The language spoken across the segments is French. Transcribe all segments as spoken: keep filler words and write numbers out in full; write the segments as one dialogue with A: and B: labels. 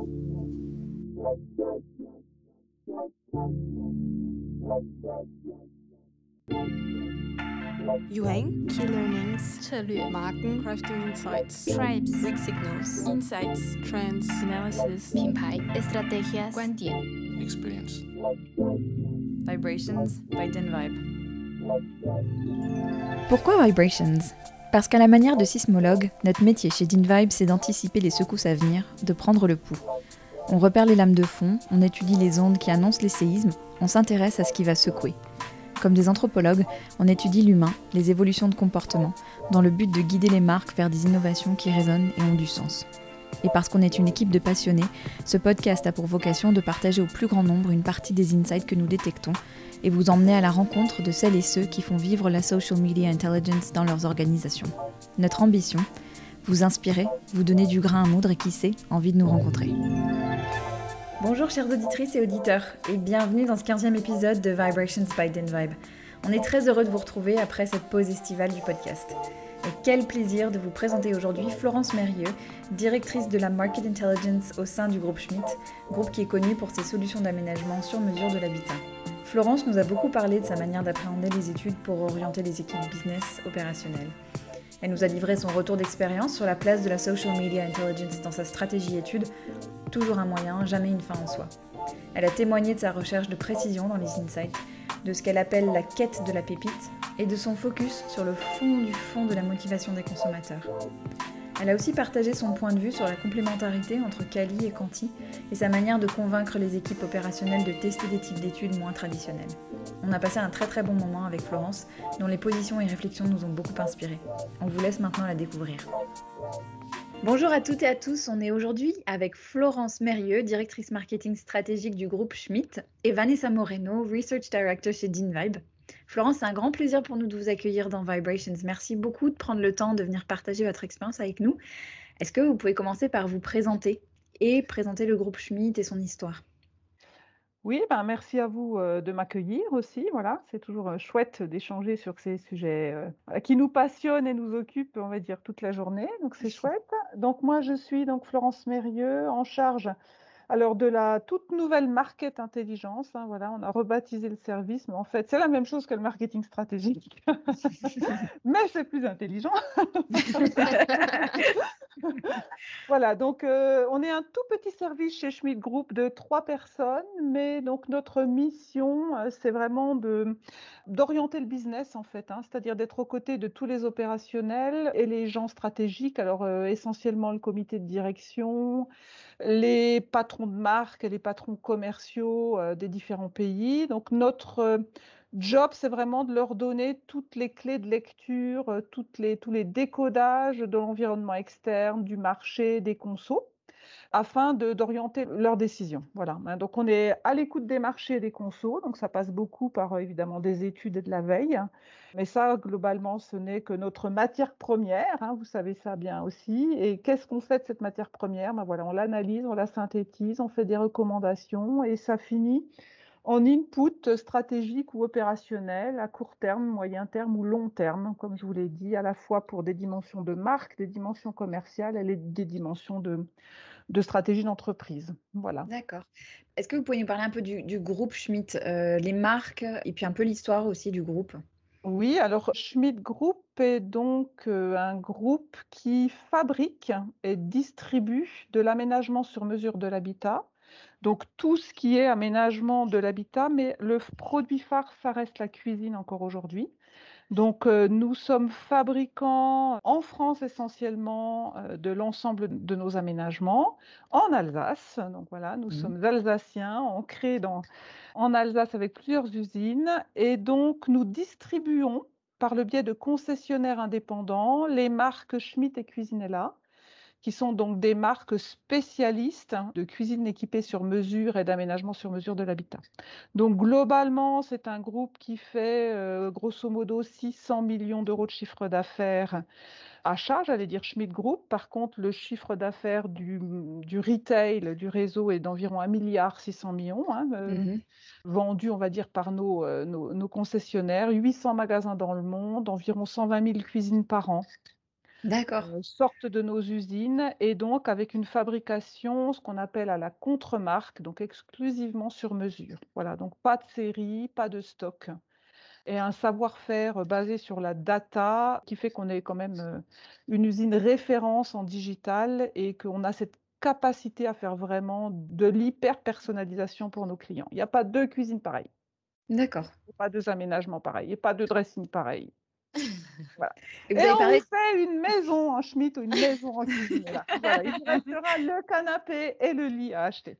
A: Yuheng, Key Learnings,
B: 策略
A: Marken, Crafting Insights,
B: Tribes
A: Weak Signals, Insights, Trends,
B: Analysis 品牌 Estrategias 观点
C: Experience.
D: Vibrations by Denvibe.
E: Pourquoi Vibrations ? Parce qu'à la manière de sismologue, notre métier chez Denvibe, c'est d'anticiper les secousses à venir, de prendre le pouls. On repère les lames de fond, on étudie les ondes qui annoncent les séismes, on s'intéresse à ce qui va secouer. Comme des anthropologues, on étudie l'humain, les évolutions de comportement, dans le but de guider les marques vers des innovations qui résonnent et ont du sens. Et parce qu'on est une équipe de passionnés, ce podcast a pour vocation de partager au plus grand nombre une partie des insights que nous détectons et vous emmener à la rencontre de celles et ceux qui font vivre la social media intelligence dans leurs organisations. Notre ambition, vous inspirer, vous donner du grain à moudre et qui sait, envie de nous rencontrer.
D: Bonjour chères auditrices et auditeurs et bienvenue dans ce quinzième épisode de Vibrations by Denvibe. On est très heureux de vous retrouver après cette pause estivale du podcast. Et quel plaisir de vous présenter aujourd'hui Florence Mérieux, directrice de la Market Intelligence au sein du groupe Schmitt, groupe qui est connu pour ses solutions d'aménagement sur mesure de l'habitat. Florence nous a beaucoup parlé de sa manière d'appréhender les études pour orienter les équipes business opérationnelles. Elle nous a livré son retour d'expérience sur la place de la Social Media Intelligence dans sa stratégie études, toujours un moyen, jamais une fin en soi. Elle a témoigné de sa recherche de précision dans les insights, de ce qu'elle appelle la quête de la pépite et de son focus sur le fond du fond de la motivation des consommateurs. Elle a aussi partagé son point de vue sur la complémentarité entre Quali et Quanti et sa manière de convaincre les équipes opérationnelles de tester des types d'études moins traditionnelles. On a passé un très très bon moment avec Florence, dont les positions et réflexions nous ont beaucoup inspirés. On vous laisse maintenant la découvrir. Bonjour à toutes et à tous, on est aujourd'hui avec Florence Mérieux, directrice marketing stratégique du groupe Schmitt, et Vanessa Moreno, Research Director chez Denvibe. Florence, c'est un grand plaisir pour nous de vous accueillir dans Vibrations. Merci beaucoup de prendre le temps de venir partager votre expérience avec nous. Est-ce que vous pouvez commencer par vous présenter et présenter le groupe Schmitt et son histoire ?
F: Oui, ben merci à vous euh, de m'accueillir aussi. Voilà, c'est toujours euh, chouette d'échanger sur ces sujets euh, qui nous passionnent et nous occupent, on va dire, toute la journée. Donc c'est chouette. Donc moi, je suis donc Florence Mérieux, en charge alors de la toute nouvelle Market Intelligence. Hein, voilà, on a rebaptisé le service, mais en fait, c'est la même chose que le marketing stratégique, mais c'est plus intelligent. Voilà, donc euh, on est un tout petit service chez Schmitt Group de trois personnes, mais donc notre mission, euh, c'est vraiment de, d'orienter le business en fait, hein, c'est-à-dire d'être aux côtés de tous les opérationnels et les gens stratégiques, alors euh, essentiellement le comité de direction, les patrons de marque et les patrons commerciaux euh, des différents pays. Donc notre euh, job, c'est vraiment de leur donner toutes les clés de lecture, euh, toutes les, tous les décodages de l'environnement externe, du marché, des consos, afin de, d'orienter leurs décisions. Voilà. Donc on est à l'écoute des marchés et des consos, donc ça passe beaucoup par évidemment des études et de la veille. Mais ça, globalement, ce n'est que notre matière première, hein, vous savez ça bien aussi. Et qu'est-ce qu'on fait de cette matière première ? Ben voilà, on l'analyse, on la synthétise, on fait des recommandations et ça finit en input stratégique ou opérationnel à court terme, moyen terme ou long terme, comme je vous l'ai dit, à la fois pour des dimensions de marque, des dimensions commerciales et des dimensions de, de stratégie d'entreprise. Voilà.
D: D'accord. Est-ce que vous pouvez nous parler un peu du, du groupe Schmitt, euh, les marques et puis un peu l'histoire aussi du groupe ?
F: Oui, alors Schmitt Group est donc euh, un groupe qui fabrique et distribue de l'aménagement sur mesure de l'habitat. Donc tout ce qui est aménagement de l'habitat, mais le produit phare, ça reste la cuisine encore aujourd'hui. Donc euh, nous sommes fabricants en France essentiellement euh, de l'ensemble de nos aménagements en Alsace. Donc voilà, nous mmh. sommes alsaciens, ancrés dans, en Alsace avec plusieurs usines et donc nous distribuons par le biais de concessionnaires indépendants les marques Schmitt et Cuisinella, qui sont donc des marques spécialistes de cuisine équipée sur mesure et d'aménagement sur mesure de l'habitat. Donc globalement, c'est un groupe qui fait euh, grosso modo six cents millions d'euros de chiffre d'affaires achat, j'allais dire Schmitt Group. Par contre, le chiffre d'affaires du, du retail, du réseau est d'environ un milliard six cents millions, hein, euh, mm-hmm. vendu, on va dire, par nos, euh, nos, nos concessionnaires, huit cents magasins dans le monde, environ cent vingt mille cuisines par an.
D: D'accord.
F: euh, sortent de nos usines et donc avec une fabrication, ce qu'on appelle à la contre-marque, donc exclusivement sur mesure. Voilà, donc pas de série, pas de stock. Et un savoir-faire euh, basé sur la data qui fait qu'on est quand même euh, une usine référence en digital et qu'on a cette capacité à faire vraiment de l'hyper-personnalisation pour nos clients. Il n'y a pas deux cuisines pareilles,
D: D'accord.
F: il n'y a pas deux aménagements pareils, il n'y a pas deux dressings pareils. Voilà.
D: Et vous
F: Et
D: avez
F: on vous
D: parlé
F: fait une maison en Schmitt ou une maison en cuisine. Là. Voilà, il vous restera le canapé et le lit à acheter.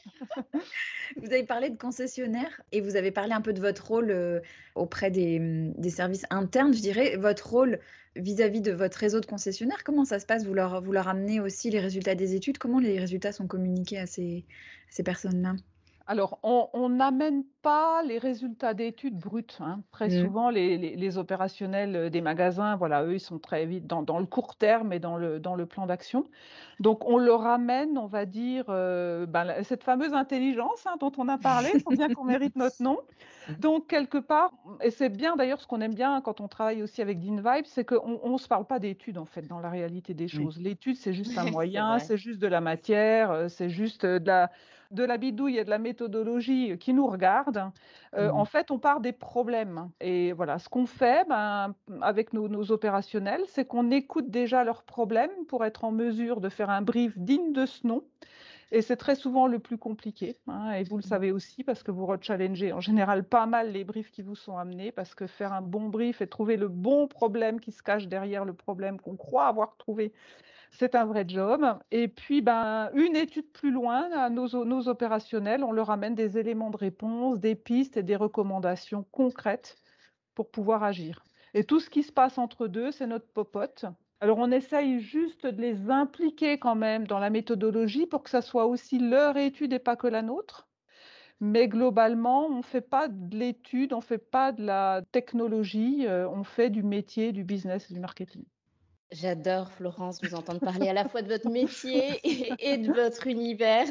D: Vous avez parlé de concessionnaire et vous avez parlé un peu de votre rôle euh, auprès des, hum, des services internes, je dirais. Votre rôle vis-à-vis de votre réseau de concessionnaires, comment ça se passe? Vous leur, vous leur amenez aussi les résultats des études? Comment les résultats sont communiqués à ces, à ces personnes-là?
F: Alors, on n'amène pas les résultats d'études brutes, hein. Très
D: Mm.
F: souvent, les, les- les opérationnels euh, des magasins, voilà, eux, ils sont très vite dans, dans le court terme et dans le, dans le plan d'action. Donc, on leur amène, on va dire, euh, ben, la- cette fameuse intelligence, hein, dont on a parlé. Il faut bien qu'on mérite notre nom. Donc, quelque part, et c'est bien d'ailleurs ce qu'on aime bien quand on travaille aussi avec d'InVibe, c'est qu'on ne se parle pas d'études, en fait, dans la réalité des
D: Oui.
F: choses. L'étude, c'est juste un
B: C'est
F: moyen,
B: vrai.
F: c'est juste de la matière, euh, c'est juste euh, de la de la bidouille et de la méthodologie qui nous regarde. Euh,
D: Mm.
F: en fait, on part des problèmes. Et voilà, ce qu'on fait ben, avec nos, nos opérationnels, c'est qu'on écoute déjà leurs problèmes pour être en mesure de faire un brief digne de ce nom. Et c'est très souvent le plus compliqué, hein, et vous le savez aussi parce que vous rechallengez en général pas mal les briefs qui vous sont amenés, parce que faire un bon brief et trouver le bon problème qui se cache derrière le problème qu'on croit avoir trouvé, c'est un vrai job. Et puis, ben, une étude plus loin, à nos, nos opérationnels, on leur amène des éléments de réponse, des pistes et des recommandations concrètes pour pouvoir agir. Et tout ce qui se passe entre deux, c'est notre popote. Alors, on essaye juste de les impliquer quand même dans la méthodologie pour que ça soit aussi leur étude et pas que la nôtre. Mais globalement, on ne fait pas de l'étude, on ne fait pas de la technologie, euh, on fait du métier, du business et du marketing.
B: J'adore, Florence, vous entendre parler à la fois de votre métier et, et de votre univers.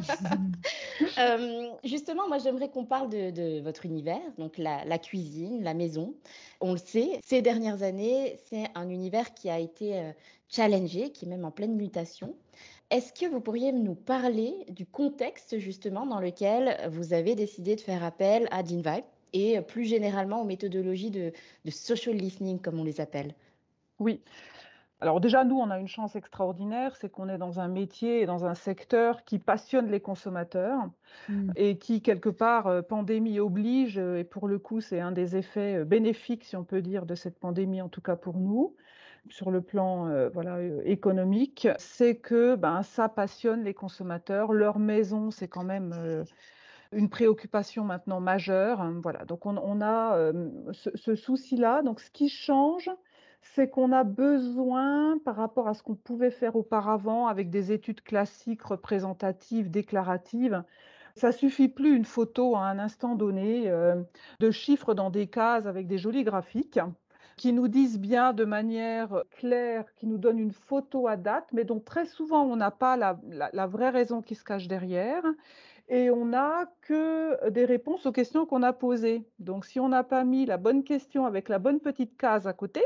B: Euh, justement, moi, j'aimerais qu'on parle de, de votre univers, donc la, la cuisine, la maison. On le sait, ces dernières années, c'est un univers qui a été euh, challengé, qui est même en pleine mutation. Est-ce que vous pourriez nous parler du contexte, justement, dans lequel vous avez décidé de faire appel à d'InVibe et euh, plus généralement aux méthodologies de, de social listening, comme on les appelle?
F: Oui. Alors déjà, nous, on a une chance extraordinaire, c'est qu'on est dans un métier et dans un secteur qui passionne les consommateurs
D: Mm.
F: et qui, quelque part, euh, pandémie oblige, euh, et pour le coup, c'est un des effets euh, bénéfiques, si on peut dire, de cette pandémie, en tout cas pour nous, sur le plan euh, voilà, euh, économique, c'est que ben, ça passionne les consommateurs. Leur maison, c'est quand même euh, une préoccupation maintenant majeure, hein. Voilà, donc on, on a euh, ce, ce souci-là. Donc ce qui change, c'est qu'on a besoin, par rapport à ce qu'on pouvait faire auparavant avec des études classiques, représentatives, déclaratives, ça suffit plus une photo à un instant donné, euh, de chiffres dans des cases avec des jolis graphiques qui nous disent bien de manière claire, qui nous donnent une photo à date, mais dont très souvent on n'a pas la, la, la vraie raison qui se cache derrière. Et on n'a que des réponses aux questions qu'on a posées. Donc si on n'a pas mis la bonne question avec la bonne petite case à côté,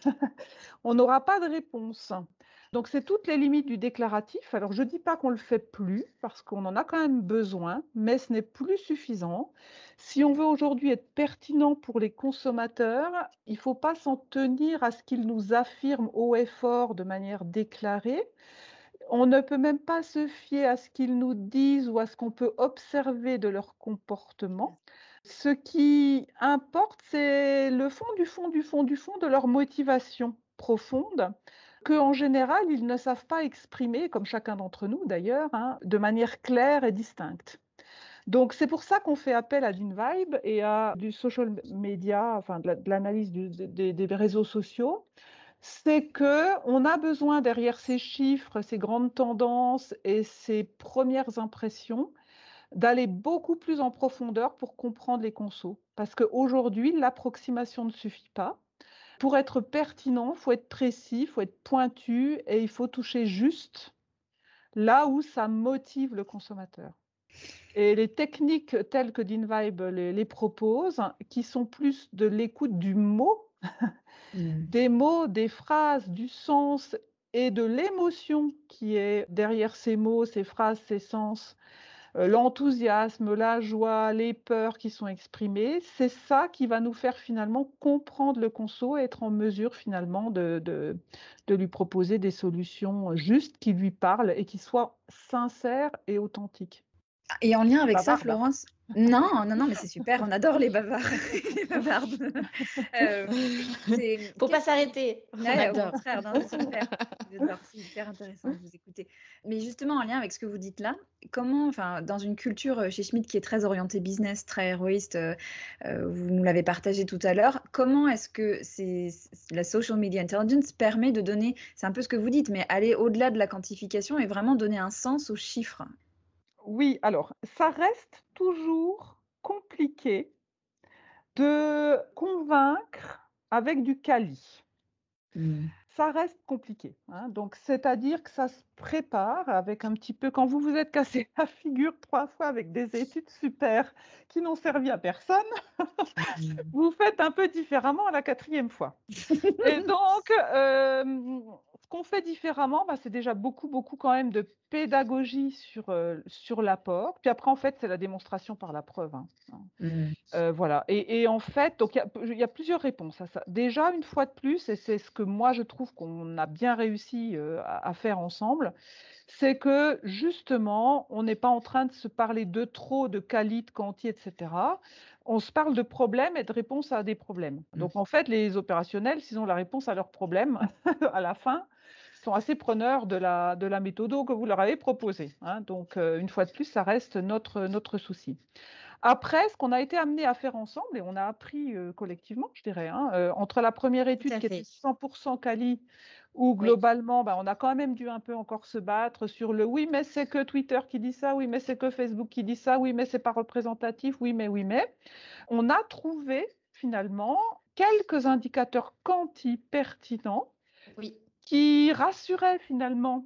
F: on n'aura pas de réponse. Donc, c'est toutes les limites du déclaratif. Alors, je ne dis pas qu'on ne le fait plus, parce qu'on en a quand même besoin, mais ce n'est plus suffisant. Si on veut aujourd'hui être pertinent pour les consommateurs, il ne faut pas s'en tenir à ce qu'ils nous affirment haut et fort de manière déclarée. On ne peut même pas se fier à ce qu'ils nous disent ou à ce qu'on peut observer de leur comportement. Ce qui importe, c'est le fond du fond du fond du fond de leur motivation profonde, qu'en général, ils ne savent pas exprimer, comme chacun d'entre nous d'ailleurs, hein, de manière claire et distincte. Donc, c'est pour ça qu'on fait appel à d'InVibe et à du social media, enfin de l'analyse du, des, des réseaux sociaux. C'est qu'on a besoin derrière ces chiffres, ces grandes tendances et ces premières impressions, d'aller beaucoup plus en profondeur pour comprendre les consos. Parce qu'aujourd'hui, l'approximation ne suffit pas. Pour être pertinent, il faut être précis, il faut être pointu et il faut toucher juste là où ça motive le consommateur. Et les techniques telles que d'InVibe les, les propose, qui sont plus de l'écoute du mot
E: Mmh.
F: des mots, des phrases, du sens et de l'émotion qui est derrière ces mots, ces phrases, ces sens, heu, l'enthousiasme, la joie, les peurs qui sont exprimées, c'est ça qui va nous faire finalement comprendre le conso et être en mesure finalement de de de lui proposer des solutions justes qui lui parlent et qui soient sincères et authentiques.
E: Et en lien avec ça,
F: Bavarde, hein?
E: Florence non, non, non, mais c'est super, on adore les bavards, les bavardes. Hem, c'est
B: Faut pas
E: qu'est-ce qui
B: s'arrêter, on
E: ouais, au
B: adore.
E: contraire, non, c'est super. J'adore, c'est hyper intéressant de vous écouter. Mais justement, en lien avec ce que vous dites là, comment enfin, dans une culture, heu, chez Schmitt qui est très orientée business, très héroïste, heu heu, vous nous l'avez partagé tout à l'heure, comment est-ce que c'est c la social media intelligence permet de donner c'est un peu ce que vous dites, mais aller au-delà de la quantification et vraiment donner un sens aux chiffres?
F: Oui, alors ça reste toujours compliqué de convaincre avec du quali.
E: Mmh.
F: Ça reste compliqué, hein, donc c'est-à-dire que ça se prépare avec un petit peu quand vous vous êtes cassé la figure trois fois avec des études super qui n'ont servi à personne,
E: Mmh.
F: vous faites un peu différemment à la quatrième fois. Et donc, hem, ce qu'on fait différemment, bah, c'est déjà beaucoup, beaucoup quand même de pédagogie sur, heu, sur l'apport. Puis après, en fait, c'est la démonstration par la preuve, hein, hein.
E: Mmh.
F: Heu, voilà et et en fait, donc il y a il y a plusieurs réponses à ça. Déjà, une fois de plus et c'est ce que moi je trouve qu'on a bien réussi, heu, à à faire ensemble, c'est que justement, on n'est pas en train de se parler de trop, de quali, de quanti et cetera. On se parle de problèmes et de réponses à des problèmes.
E: Mmh.
F: Donc en fait, les opérationnels, s'ils ont la réponse à leurs problèmes à la fin, sont assez preneurs de la de la méthodo que vous leur avez proposée, hein. Donc heu, une fois de plus, ça reste notre notre souci. Après, ce qu'on a été amenés à faire ensemble et on a appris, heu, collectivement, je dirais, hein, heu, entre la première
B: Tout
F: étude
B: à
F: qui était
B: fait.
F: cent pour cent quali, où
B: Oui.
F: globalement, bah, on a quand même dû un peu encore se battre sur le: «Oui, mais c'est que Twitter qui dit ça, oui, mais c'est que Facebook qui dit ça, oui, mais c'est pas représentatif, oui, mais, oui, mais». On a trouvé finalement quelques indicateurs quanti pertinents
B: Oui.
F: qui rassuraient finalement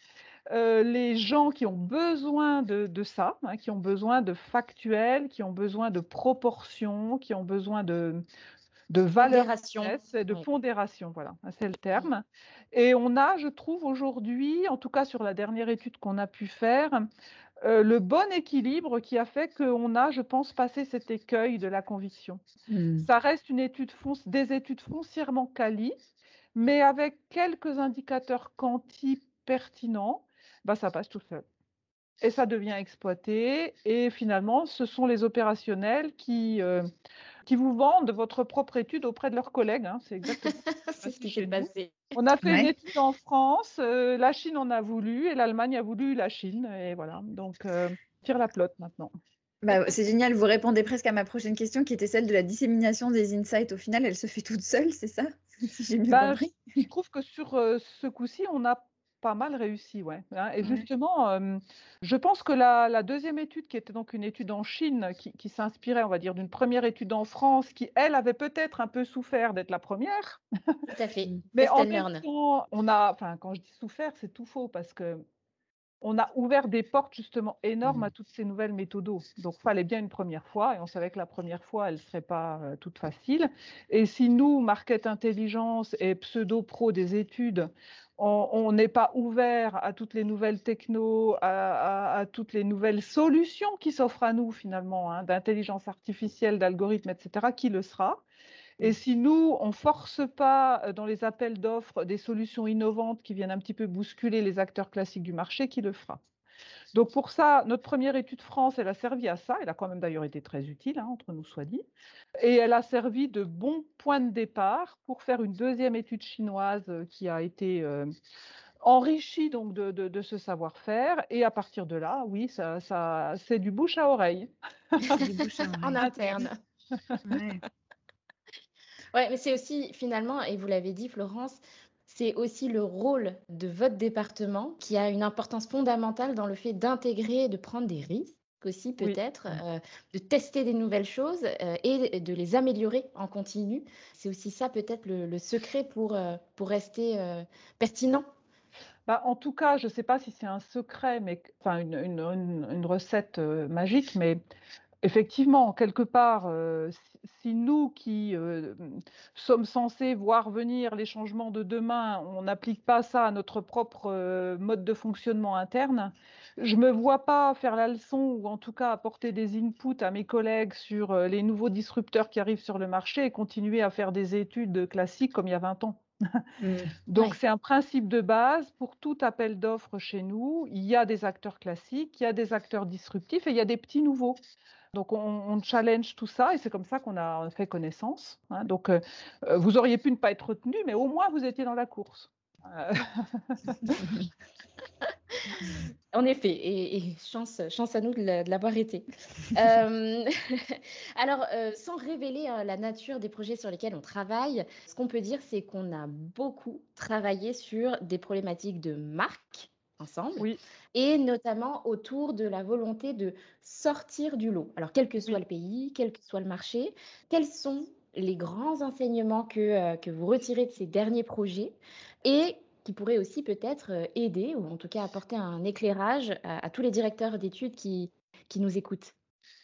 F: heu, les gens qui ont besoin de de ça, hein, qui ont besoin de factuels, qui ont besoin de proportions, qui ont besoin de de valeur
B: Pondération.
F: business et de
B: Oui.
F: pondération, voilà, hein, c'est le
B: Mmh.
F: terme et on a, je trouve aujourd'hui, en tout cas sur la dernière étude qu'on a pu faire, heu, le bon équilibre qui a fait qu'on a, je pense, passé cet écueil de la conviction.
E: Mmh.
F: Ça reste une étude fonc des études foncièrement quali, mais avec quelques indicateurs quanti pertinents, bah, ça passe tout seul et ça devient exploité et finalement, ce sont les opérationnels qui, heu, qui vous vendent votre propre étude auprès de leurs collègues, hein. C'est exactement ce qui s'est
B: C'est ce
F: passé
B: qui s'est
F: chez nous.
B: passé.
F: On a fait une
E: Ouais.
F: étude en France, heu, la Chine en a voulu et l'Allemagne a voulu la Chine et voilà, donc heu, tire la pelote maintenant.
E: Bah, c'est génial, vous répondez presque à ma prochaine question qui était celle de la dissémination des insights. Au final, elle se fait toute seule, c'est ça? Si j'ai bien
F: Bah, je
E: compris?
F: je trouve que sur, heu, ce coup-ci, on a pas mal réussi, ouais, hein et
E: Ouais.
F: justement, hem, je pense que la la deuxième étude qui était donc une étude en Chine qui qui s'inspirait, on va dire, d'une première étude en France qui, elle, avait peut-être un peu souffert d'être la première.
B: Tout à fait.
E: Mmh.
F: Mais
B: Test
F: en
B: and
F: même
B: learn.
F: temps, on a enfin, quand je dis souffert, c'est tout faux parce qu'on a ouvert des portes justement énormes
E: Mmh.
F: à toutes ces nouvelles méthodos. Donc fallait bien une première fois et on savait que la première fois, elle serait pas, heu, toute facile et si nous, Market Intelligence et pseudo pro des études, on on n'est pas ouvert à toutes les nouvelles technos, à à à toutes les nouvelles solutions qui s'offrent à nous finalement, hein, d'intelligence artificielle, d'algorithmes et cetera, qui le sera? Et
B: Mmh.
F: si nous, on force pas, heu, dans les appels d'offres des solutions innovantes qui viennent un petit peu bousculer les acteurs classiques du marché, qui le fera? Donc pour ça, notre première étude France, elle a servi à ça. Elle a quand même d'ailleurs été très utile, hein, entre nous soit dit et elle a servi de bon point de départ pour faire une deuxième étude chinoise, heu, qui a été, heu, enrichie donc de de de ce savoir-faire et à partir de là, oui, ça ça c'est du bouche à oreille.
E: Du bouche à
B: En
E: oreille.
B: interne.
E: Ouais.
B: Ouais, mais c'est aussi finalement, et vous l'avez dit Florence, c'est aussi le rôle de votre département qui a une importance fondamentale dans le fait d'intégrer, de prendre des risques aussi
F: Oui.
B: peut-être,
E: Mmh.
B: heu, de tester des nouvelles choses, heu, et de les améliorer en continu. C'est aussi ça peut-être le le secret pour, heu, pour rester, heu, pertinent.
F: Bah, en tout cas, je ne sais pas si c'est un secret, mais q enfin une une une une recette, heu, magique, mais Effectivement, quelque part, heu, si si nous qui, heu, sommes censés voir venir les changements de demain, on n'applique pas ça à notre propre, heu, mode de fonctionnement interne, je me vois pas faire la leçon ou en tout cas apporter des inputs à mes collègues sur, heu, les nouveaux disrupteurs qui arrivent sur le marché et continuer à faire des études classiques comme il y a vingt ans.
B: Mmh.
F: Donc
B: Ouais.
F: c'est un principe de base pour tout appel d'offres chez nous. Il y a des acteurs classiques, il y a des acteurs disruptifs et il y a des petits nouveaux. Donc on on challenge tout ça et c'est comme ça qu'on a fait connaissance, hein. Donc heu heu, vous auriez pu ne pas être retenu, mais au moins vous étiez dans la course. Heu,
B: En effet, et, et chance, chance à nous de la- de l'avoir été. Euh, alors, euh, sans révéler euh, la nature des projets sur lesquels on travaille, ce qu'on peut dire, c'est qu'on a beaucoup travaillé sur des problématiques de marque ensemble,
F: oui,
B: et notamment autour de la volonté de sortir du lot. Alors, quel que soit
F: oui.
B: le pays, quel que soit le marché, quels sont les grands enseignements que, euh, que vous retirez de ces derniers projets et qui pourrait aussi peut-être euh, aider, ou en tout cas apporter un éclairage à, à tous les directeurs d'études qui, qui nous écoutent.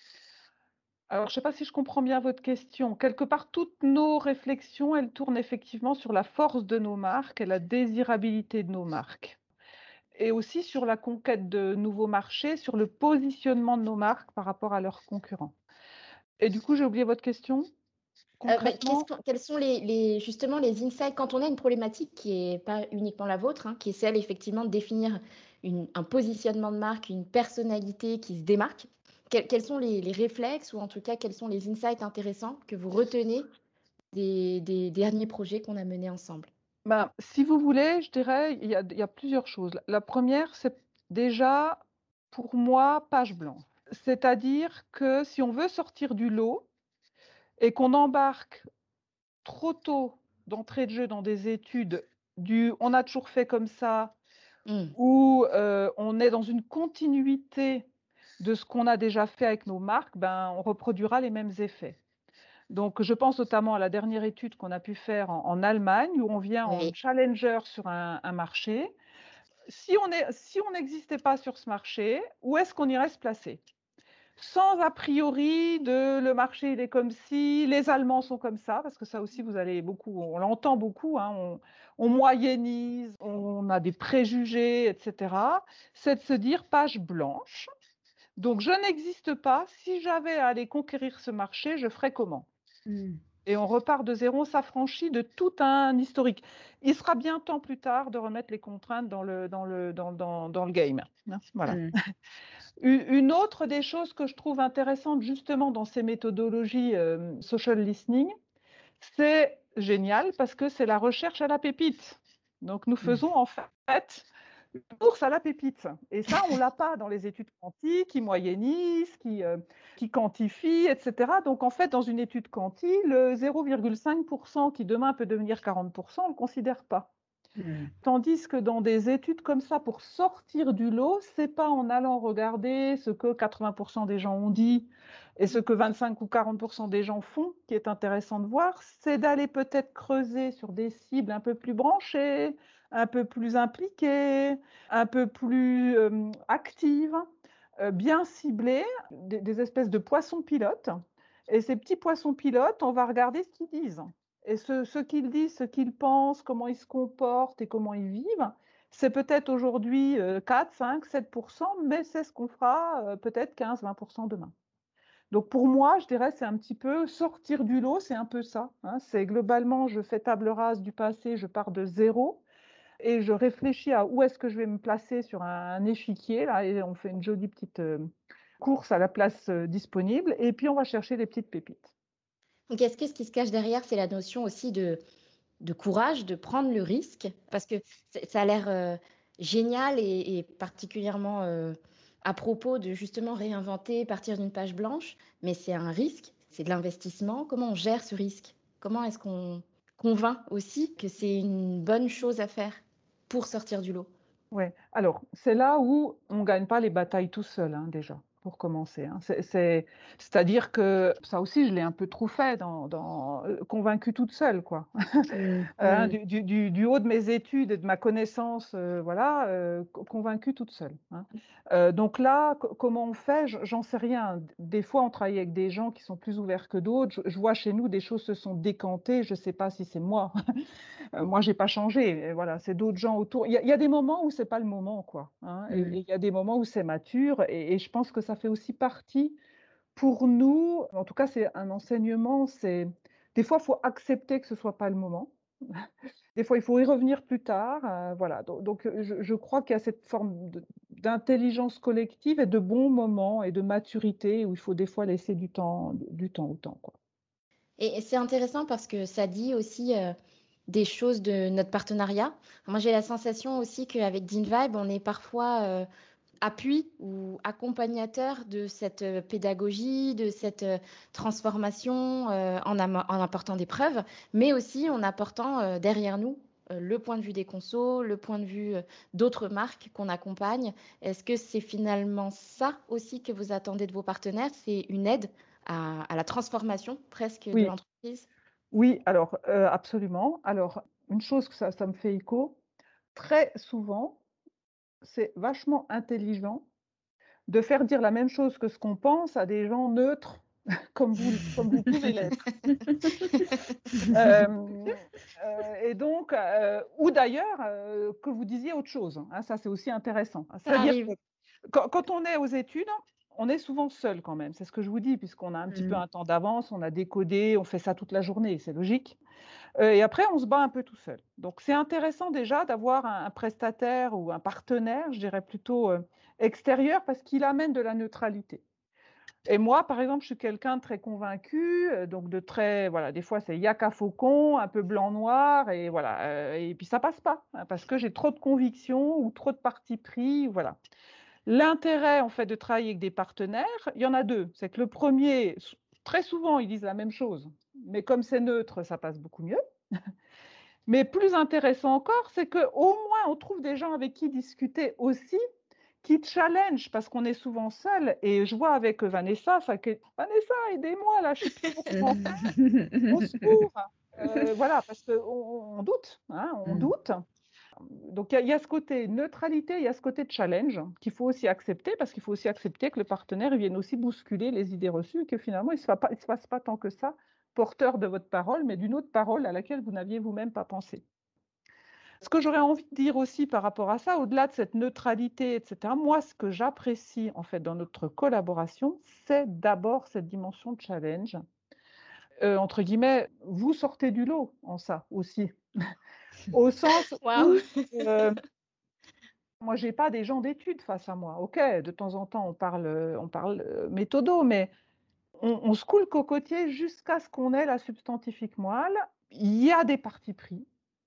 F: Alors je ne sais pas si je comprends bien votre question. Quelque part, toutes nos réflexions, elles tournent effectivement sur la force de nos marques et la désirabilité de nos marques. Et aussi sur la conquête de nouveaux marchés, sur le positionnement de nos marques par rapport à leurs concurrents. Et du coup, j'ai oublié votre question.
B: Euh, bah, qu'est-ce
F: Concrètement,
B: qu'on- quels sont les, les- justement les insights quand on a une problématique qui n'est pas uniquement la vôtre, hein, qui est celle effectivement de définir une- un positionnement de marque, une personnalité qui se démarque? Quels, quels sont les, les réflexes ou en tout cas quels sont les insights intéressants que vous retenez des, des derniers projets qu'on a menés ensemble?
F: ben, si vous voulez, je dirais, il y a, il y a plusieurs choses. La la première, c'est déjà, pour moi, page blanche. C'est-à-dire que si on veut sortir du lot et qu'on embarque trop tôt d'entrée de jeu dans des études du on a toujours fait comme ça,
B: Hmm.
F: ou euh, on est dans une continuité de ce qu'on a déjà fait avec nos marques, ben, on reproduira les mêmes effets. Donc, je pense notamment à la dernière étude qu'on a pu faire en, en Allemagne, où on vient en
B: Oui.
F: challenger sur un, un marché. Si on est, si on n'existait pas sur ce marché, où est-ce qu'on irait se placer? Sans a priori de le marché il est comme si, les Allemands sont comme ça, parce que ça aussi vous allez beaucoup, on l'entend beaucoup, hein, on, on moyennise, on a des préjugés, et cetera. C'est de se dire page blanche. Donc je n'existe pas. Si j'avais à aller conquérir ce marché, je ferais comment?
B: Hmm.
F: Et on repart de zéro, on s'affranchit de tout un historique. Il sera bien temps plus tard de remettre les contraintes dans le, dans le, dans, dans, dans le game, hein. Voilà.
B: Hmm.
F: Une autre des choses que je trouve intéressante justement dans ces méthodologies euh, social listening, c'est génial parce que c'est la recherche à la pépite. Donc nous
B: Hmm.
F: faisons en fait une course à la pépite. Et ça, on ne l'a pas dans les études quanti qui moyennisent, qui, euh, qui quantifient, et cetera. Donc en fait, dans une étude quanti, le zéro virgule cinq pour cent qui demain peut devenir quarante pour cent, on ne le considère pas.
B: Hmm.
F: Tandis que dans des études comme ça, pour sortir du lot, c'est pas en allant regarder ce que quatre-vingts pour cent des gens ont dit et ce que vingt-cinq ou quarante pour cent des gens font qui est intéressant de voir, c'est d'aller peut-être creuser sur des cibles un peu plus branchées, un peu plus impliquées, un peu plus euh, actives, euh, bien ciblées, des, des espèces de poissons pilotes. Et ces petits poissons pilotes, on va regarder ce qu'ils disent. Et ce, ce qu'ils disent, ce qu'ils pensent, comment ils se comportent et comment ils vivent, c'est peut-être aujourd'hui quatre, cinq, sept pour cent, mais c'est ce qu'on fera euh, peut-être quinze, vingt pour cent demain. Donc pour moi, je dirais, c'est un petit peu sortir du lot, c'est un peu ça, hein. C'est globalement, je fais table rase du passé, je pars de zéro et je réfléchis à où est-ce que je vais me placer sur un, un échiquier, là, et on fait une jolie petite euh, course à la place euh, disponible, et puis on va chercher les petites pépites.
B: Donc, est-ce que ce qui se cache derrière, c'est la notion aussi de, de courage, de prendre le risque? Parce que c'est- ça a l'air euh, génial et, et particulièrement euh, à propos de justement réinventer, partir d'une page blanche, mais c'est un risque, c'est de l'investissement. Comment on gère ce risque? Comment est-ce qu'on convainc aussi que c'est une bonne chose à faire pour sortir du lot?
F: Ouais. Alors, c'est là où on ne gagne pas les batailles tout seul, hein, déjà. pour commencer, hein. C'est c'est c'est-à-dire que ça aussi, je l'ai un peu trop fait dans dans heu, convaincue toute seule, quoi.
B: Mmh,
F: Hein,
B: mmh.
F: du du du du haut de mes études et de ma connaissance, heu, voilà, heu, co convaincue toute seule, hein. Heu, donc là, co comment on fait? Je j'en sais rien. D des fois, on travaille avec des gens qui sont plus ouverts que d'autres. Je je vois chez nous, des choses se sont décantées, je sais pas si c'est moi. Heu, moi, j'ai pas changé, et voilà, c'est d'autres gens autour. Il y a il y a des moments où c'est pas le moment, quoi, hein, et
B: Mmh.
F: et il y a des moments où c'est mature, et et je pense que ça fait aussi partie pour nous, en tout cas, c'est un enseignement, c'est des fois, il faut accepter que ce soit pas le moment. Des fois, il faut y revenir plus tard, heu, voilà, do donc heu, je je crois qu'il y a cette forme de d'intelligence collective et de bons moments et de maturité où il faut des fois laisser du temps du temps au temps, quoi.
B: Et et c'est intéressant parce que ça dit aussi, heu, des choses de notre partenariat. Moi, j'ai la sensation aussi qu'avec DinVibe, on est parfois, heu, appui ou accompagnateur de cette, heu, pédagogie, de cette, heu, transformation, heu, en amo en apportant des preuves, mais aussi en apportant, heu, derrière nous, heu, le point de vue des consos, le point de vue, heu, d'autres marques qu'on accompagne. Est-ce que c'est finalement ça aussi que vous attendez de vos partenaires? C'est une aide à à la transformation presque de
F: Oui,
B: l'entreprise?
F: oui, alors, heu, absolument. Alors, une chose que ça ça me fait écho, très souvent, c'est vachement intelligent de faire dire la même chose que ce qu'on pense à des gens neutres comme vous l comme vous pouvez l'être. Hem, heu et donc heu, ou d'ailleurs, heu, que vous disiez autre chose, hein, ça c'est aussi intéressant.
B: Ça
F: C'est-à-dire que
B: arrive.
F: quand quand on est aux études, on est souvent seul quand même, c'est ce que je vous dis, puisqu'on a un petit peu
B: Mmh.
F: un temps d'avance, on a décodé, on fait ça toute la journée, c'est logique. Heu et après on se bat un peu tout seul. Donc c'est intéressant déjà d'avoir un un prestataire ou un partenaire, je dirais plutôt, heu, extérieur, parce qu'il amène de la neutralité. Et moi, par exemple, je suis quelqu'un de très convaincu, heu, donc de très voilà, des fois c'est yaka faucon, un peu blanc-noir, et voilà, heu et puis ça passe pas, hein, parce que j'ai trop de convictions ou trop de parti pris, voilà. L'intérêt, en fait, de travailler avec des partenaires, il y en a deux. C'est que le premier, s très souvent, ils disent la même chose, mais comme c'est neutre, ça passe beaucoup mieux. Mais plus intéressant encore, c'est qu'au moins on trouve des gens avec qui discuter aussi, qui challenge, parce qu'on est souvent seul, et je vois avec, heu, Vanessa, ça que: «Vanessa, aidez-moi là, je sais plus trop comment faire, au secours!» Heu, voilà, parce qu'on on on doute, hein, on
B: Mmh.
F: doute. Donc il y a il y a ce côté neutralité, il y a ce côté challenge qu'il faut aussi accepter, parce qu'il faut aussi accepter que le partenaire, il vienne aussi bousculer les idées reçues, et que finalement il ne se fa pas il se fasse pas tant que ça porteur de votre parole, mais d'une autre parole à laquelle vous n'aviez vous-même pas pensé. Ce que j'aurais envie de dire aussi par rapport à ça, au-delà de cette neutralité, et cetera, moi, ce que j'apprécie en fait dans notre collaboration, c'est d'abord cette dimension de challenge. Heu, entre guillemets, vous sortez du lot en ça aussi. Au sens
B: Waouh!
F: où, heu, moi j'ai pas des gens d'études face à moi. OK, de temps en temps on parle, heu, on parle, heu, méthodo, mais on on secoue le cocotier jusqu'à ce qu'on ait la substantifique moelle. Il y a des partis pris.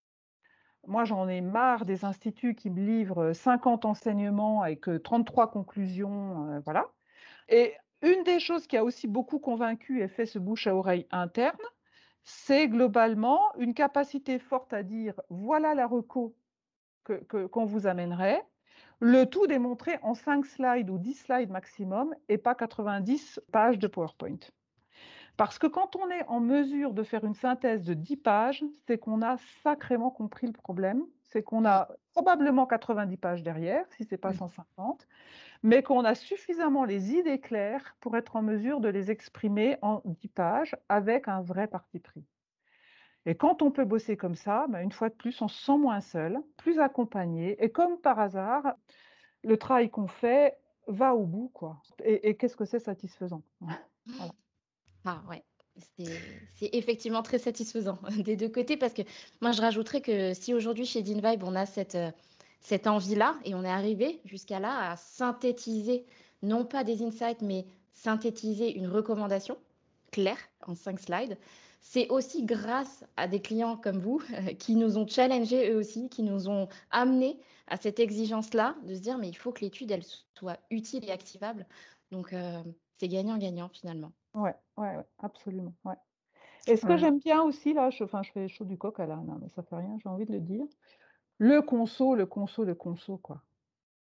F: Moi, j'en ai marre des instituts qui me livrent, heu, cinquante enseignements avec, heu, trente-trois conclusions, heu, voilà. Et une des choses qui a aussi beaucoup convaincu et fait ce bouche à oreille interne, c'est globalement une capacité forte à dire: «Voilà la reco que que qu'on vous amènerait». Le tout démontré en cinq slides ou dix slides maximum, et pas quatre-vingt-dix pages de PowerPoint. Parce que quand on est en mesure de faire une synthèse de dix pages, c'est qu'on a sacrément compris le problème. C'est qu'on
B: Mmh.
F: a probablement quatre-vingt-dix pages derrière, si ce n'est pas
B: Mmh.
F: cent cinquante, mais qu'on a suffisamment les idées claires pour être en mesure de les exprimer en dix pages avec un vrai parti pris. Et quand on peut bosser comme ça, bah, une fois de plus, on se sent moins seul, plus accompagné, et comme par hasard, le travail qu'on fait va au bout, quoi. Et, et qu'est-ce que c'est satisfaisant. Voilà.
B: Ah ouais, c'est c'est effectivement très satisfaisant des deux côtés parce que moi je rajouterais que si aujourd'hui chez DinVibe on a cette, heu, cette envie-là et on est arrivé jusqu'à là à synthétiser, non pas des insights, mais synthétiser une recommandation claire en cinq slides, c'est aussi grâce à des clients comme vous, qui nous ont challengés eux aussi, qui nous ont amenés à cette exigence-là de se dire: «Mais il faut que l'étude elle soit utile et activable», donc heu, c'est gagnant-gagnant finalement.
F: Ouais, ouais, ouais, absolument, ouais. Et ce que
B: Ouais.
F: j'aime bien aussi là, je enfin je fais chaud du coq à l'âne, hein, mais ça fait rien, j'ai envie de le dire. Le conso, le conso, le conso, quoi.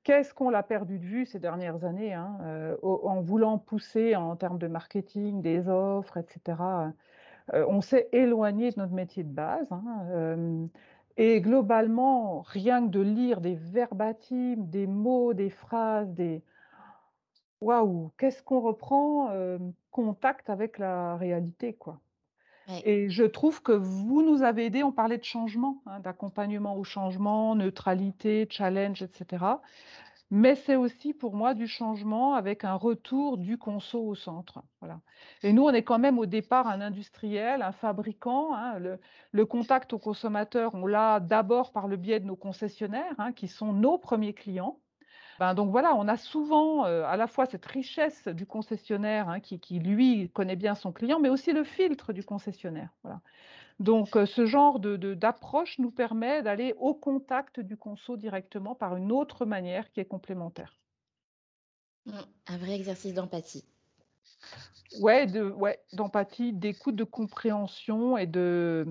F: qu'est-ce qu'on l'a perdu de vue ces dernières années, hein, euh, au- en voulant pousser en termes de marketing, des offres, et cetera. Euh, on s'est éloigné de notre métier de base, hein, euh, et globalement, rien que de lire des verbatims, des mots, des phrases, des waouh, qu'est-ce qu'on reprend euh, contact avec la réalité, quoi.
B: Ouais.
F: Et je trouve que vous nous avez aidés, on parlait de changement, hein, d'accompagnement au changement, neutralité, challenge, et cetera. Mais c'est aussi pour moi du changement avec un retour du conso au centre. Voilà. Et nous, on est quand même au départ un industriel, un fabricant, hein. Le, le contact au consommateur, on l'a d'abord par le biais de nos concessionnaires, hein, qui sont nos premiers clients. Ben, donc voilà, on a souvent euh, à la fois cette richesse du concessionnaire, hein, qui, qui, lui, connaît bien son client, mais aussi le filtre du concessionnaire. Voilà. Donc euh, ce genre de, de, d'approche nous permet d'aller au contact du conso directement par une autre manière qui est complémentaire.
B: Mm. Un vrai exercice d'empathie.
F: Ouais, de, ouais, d'empathie, d'écoute, de compréhension et de...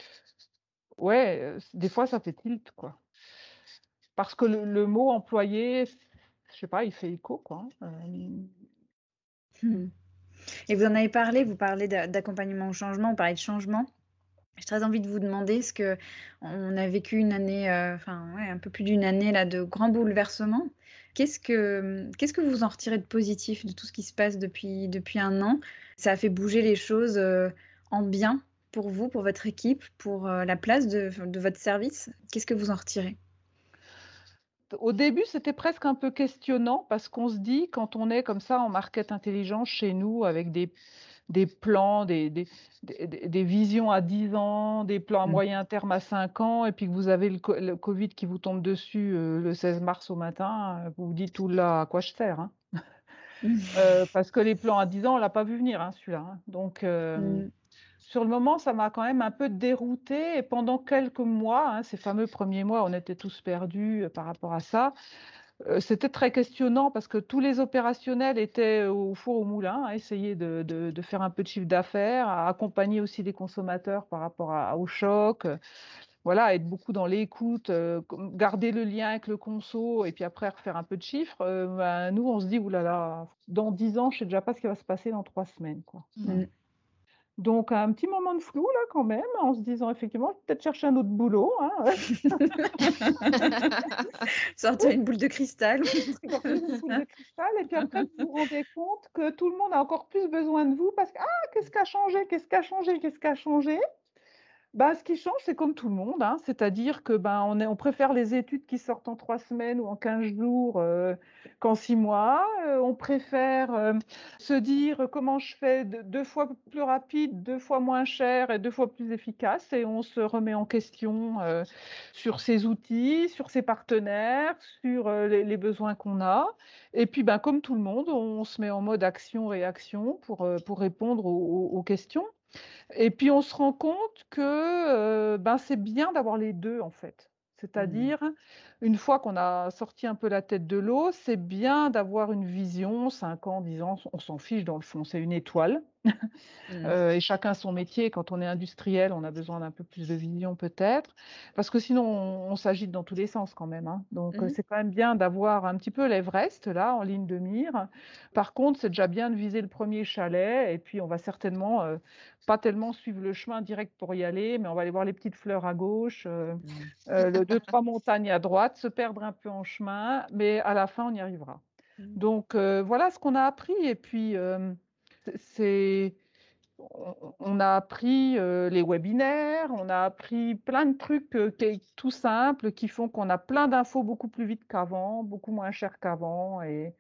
F: Ouais, euh, des fois ça fait tilt, quoi. Parce que le, le mot employé, je sais pas, il fait écho, quoi. Euh,
D: Hmm. Et vous en avez parlé, vous parlez d'a- d'accompagnement au changement, vous parlez de changement. J'ai très envie de vous demander, ce que on a vécu une année, euh, enfin ouais, un peu plus d'une année là, de grands bouleversements. Qu'est-ce que, qu'est-ce que vous en retirez de positif de tout ce qui se passe depuis, depuis un an? Ça a fait bouger les choses euh, en bien pour vous, pour votre équipe, pour euh, la place de, de votre service. Qu'est-ce que vous en retirez?
F: Au début, c'était presque un peu questionnant parce qu'on se dit, quand on est comme ça en market intelligence chez nous, avec des, des plans, des, des, des, des visions à dix ans, des plans à
D: Mm.
F: moyen terme à cinq ans, et puis que vous avez le, co- le Covid qui vous tombe dessus euh, le seize mars au matin, euh, vous vous dites, oula, à quoi je sers, hein. Euh, parce que les plans à dix ans, on ne l'a pas vu venir, hein, celui-là, hein. Donc, euh,
D: Mm.
F: sur le moment, ça m'a quand même un peu déroutée. Et pendant quelques mois, hein, ces fameux premiers mois, on était tous perdus euh, par rapport à ça. Euh, c'était très questionnant parce que tous les opérationnels étaient au four au moulin, à essayer de, de- de faire un peu de chiffre d'affaires, à accompagner aussi les consommateurs par rapport à- au choc. euh, Voilà, être beaucoup dans l'écoute, euh, com- garder le lien avec le conso et puis après refaire un peu de chiffres. Euh, ben, nous, on se dit, oulala, dans dix ans, je sais déjà pas ce qui va se passer dans trois semaines, quoi. Voilà.
D: Mm.
F: Donc, un petit moment de flou, là, quand même, en se disant, effectivement, je vais peut-être chercher un autre boulot, hein.
D: Sortir une boule de cristal.
F: Sortir une boule de cristal, et puis après, vous vous rendez compte que tout le monde a encore plus besoin de vous parce que, ah, qu'est-ce qui a changé, qu'est-ce qui a changé, qu'est-ce qui a changé? Bah, ce qui change, c'est comme tout le monde, hein, c'est-à-dire que ben, on, est- on préfère les études qui sortent en trois semaines ou en quinze jours euh, qu'en six mois. Euh, on préfère euh, se dire euh, comment je fais de- deux fois plus rapide, deux fois moins cher et deux fois plus efficace. Et on se remet en question euh, sur ses outils, sur ses partenaires, sur euh, les, les besoins qu'on a. Et puis, ben, comme tout le monde, on se met en mode action-réaction pour, euh, pour répondre aux aux- aux questions. Et puis on se rend compte que euh, ben, c'est bien d'avoir les deux en fait.
D: Mm.
F: C'est-à-dire, une fois qu'on a sorti un peu la tête de l'eau, c'est bien d'avoir une vision, cinq ans, dix ans, on s'en fiche dans le fond, c'est une étoile.
D: Mm.
F: Euh, et chacun son métier. Quand on est industriel, on a besoin d'un peu plus de vision peut-être, parce que sinon on, on s'agite dans tous les sens quand même, hein. Donc euh,
D: Mhm.
F: c'est quand même bien d'avoir un petit peu l'Everest là en ligne de mire. Par contre, c'est déjà bien de viser le premier chalet, et puis on va certainement euh, pas tellement suivre le chemin direct pour y aller, mais on va aller voir les petites fleurs à gauche, euh,
D: Mm.
F: euh, le deux trois montagnes à droite, se perdre un peu en chemin, mais à la fin on y arrivera.
D: Mm.
F: Donc euh, voilà ce qu'on a appris, et puis euh, c'est on on a appris euh, les webinaires, on a appris plein de trucs euh, qui- tout simples qui font qu'on a plein d'infos beaucoup plus vite qu'avant, beaucoup moins cher qu'avant et,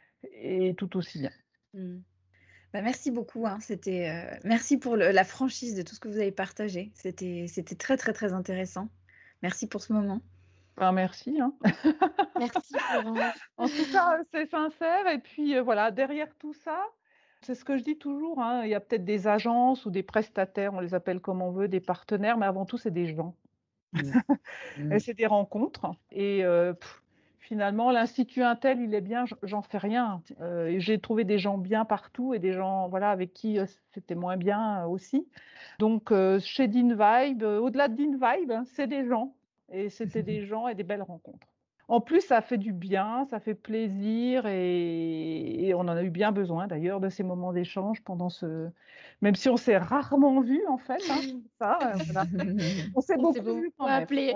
F: et tout aussi bien.
D: Mm. Bah, merci beaucoup, hein. C'était, euh, merci pour le- la franchise de tout ce que vous avez partagé. C'était, c'était très, très, très intéressant. Merci pour ce moment.
F: Enfin, merci, hein.
B: Merci Florence.
F: En tout cas, euh, c'est sincère. Et puis euh, voilà, derrière tout ça, c'est ce que je dis toujours, hein, il y a peut-être des agences ou des prestataires, on les appelle comme on veut, des partenaires, mais avant tout, c'est des gens.
D: Mm.
F: Et
D: Mm.
F: c'est des rencontres. Et euh, pff, finalement, l'Institut Intel, il est bien, j- j'en fais rien. Euh, et j'ai trouvé des gens bien partout et des gens voilà, avec qui euh, c'était moins bien euh, aussi. Donc, euh, chez DinVibe, euh, au-delà de DinVibe, hein, c'est des gens. Et c'était des gens et des belles rencontres. En plus, ça fait du bien, ça fait plaisir et, et on en a eu bien besoin d'ailleurs de ces moments d'échange pendant ce... Même si on s'est rarement vus en fait, hein, ça, euh, voilà. On s'est
B: On
F: beaucoup
B: s'est beaucoup
F: vus quand même.
B: appelé.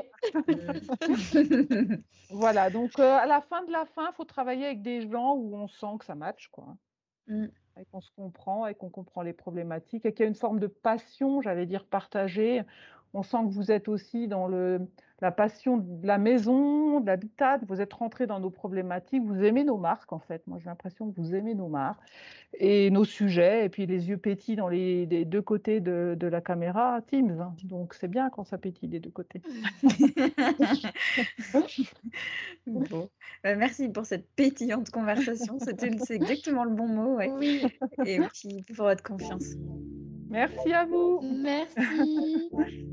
F: Voilà, donc euh, à la fin de la fin, il faut travailler avec des gens où on sent que ça match, quoi.
B: Mm.
F: Et qu'on se comprend et qu'on comprend les problématiques et qu'il y a une forme de passion, j'allais dire partagée. On sent que vous êtes aussi dans le, la passion de la maison, de l'habitat, que vous êtes rentrés dans nos problématiques, vous aimez nos marques en fait. Moi j'ai l'impression que vous aimez nos marques et nos sujets et puis les yeux pétillent dans les, les deux côtés de, de la caméra Teams, hein. Donc c'est bien quand ça pétille des deux côtés.
D: Bon. Bah, merci pour cette pétillante conversation. C'était, c'est exactement le bon mot. Ouais.
B: Oui,
D: Et puis pour votre confiance.
F: Merci à vous.
B: merci.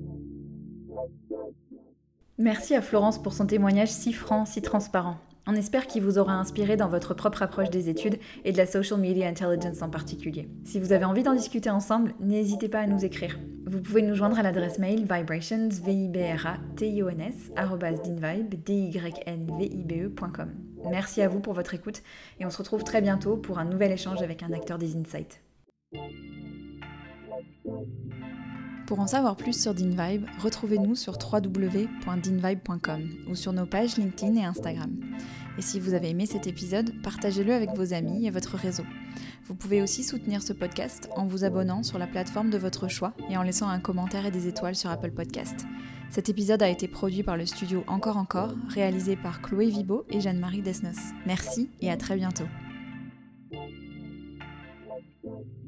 D: Merci à Florence pour son témoignage si franc, si transparent. On espère qu'il vous aura inspiré dans votre propre approche des études et de la social media intelligence en particulier. Si vous avez envie d'en discuter ensemble, n'hésitez pas à nous écrire. Vous pouvez nous joindre à l'adresse mail vibrations, v i b r a t i o n s arobase dinvibe, d y n v i b e point com. Merci à vous pour votre écoute et on se retrouve très bientôt pour un nouvel échange avec un acteur des Insights.
E: Pour en savoir plus sur DinVibe, retrouvez-nous sur w w w point dinvibe point com ou sur nos pages LinkedIn et Instagram. Et si vous avez aimé cet épisode, partagez-le avec vos amis et votre réseau. Vous pouvez aussi soutenir ce podcast en vous abonnant sur la plateforme de votre choix et en laissant un commentaire et des étoiles sur Apple Podcast. Cet épisode a été produit par le studio Encore Encore, réalisé par Chloé Vibo et Jeanne-Marie Desnos. Merci et à très bientôt.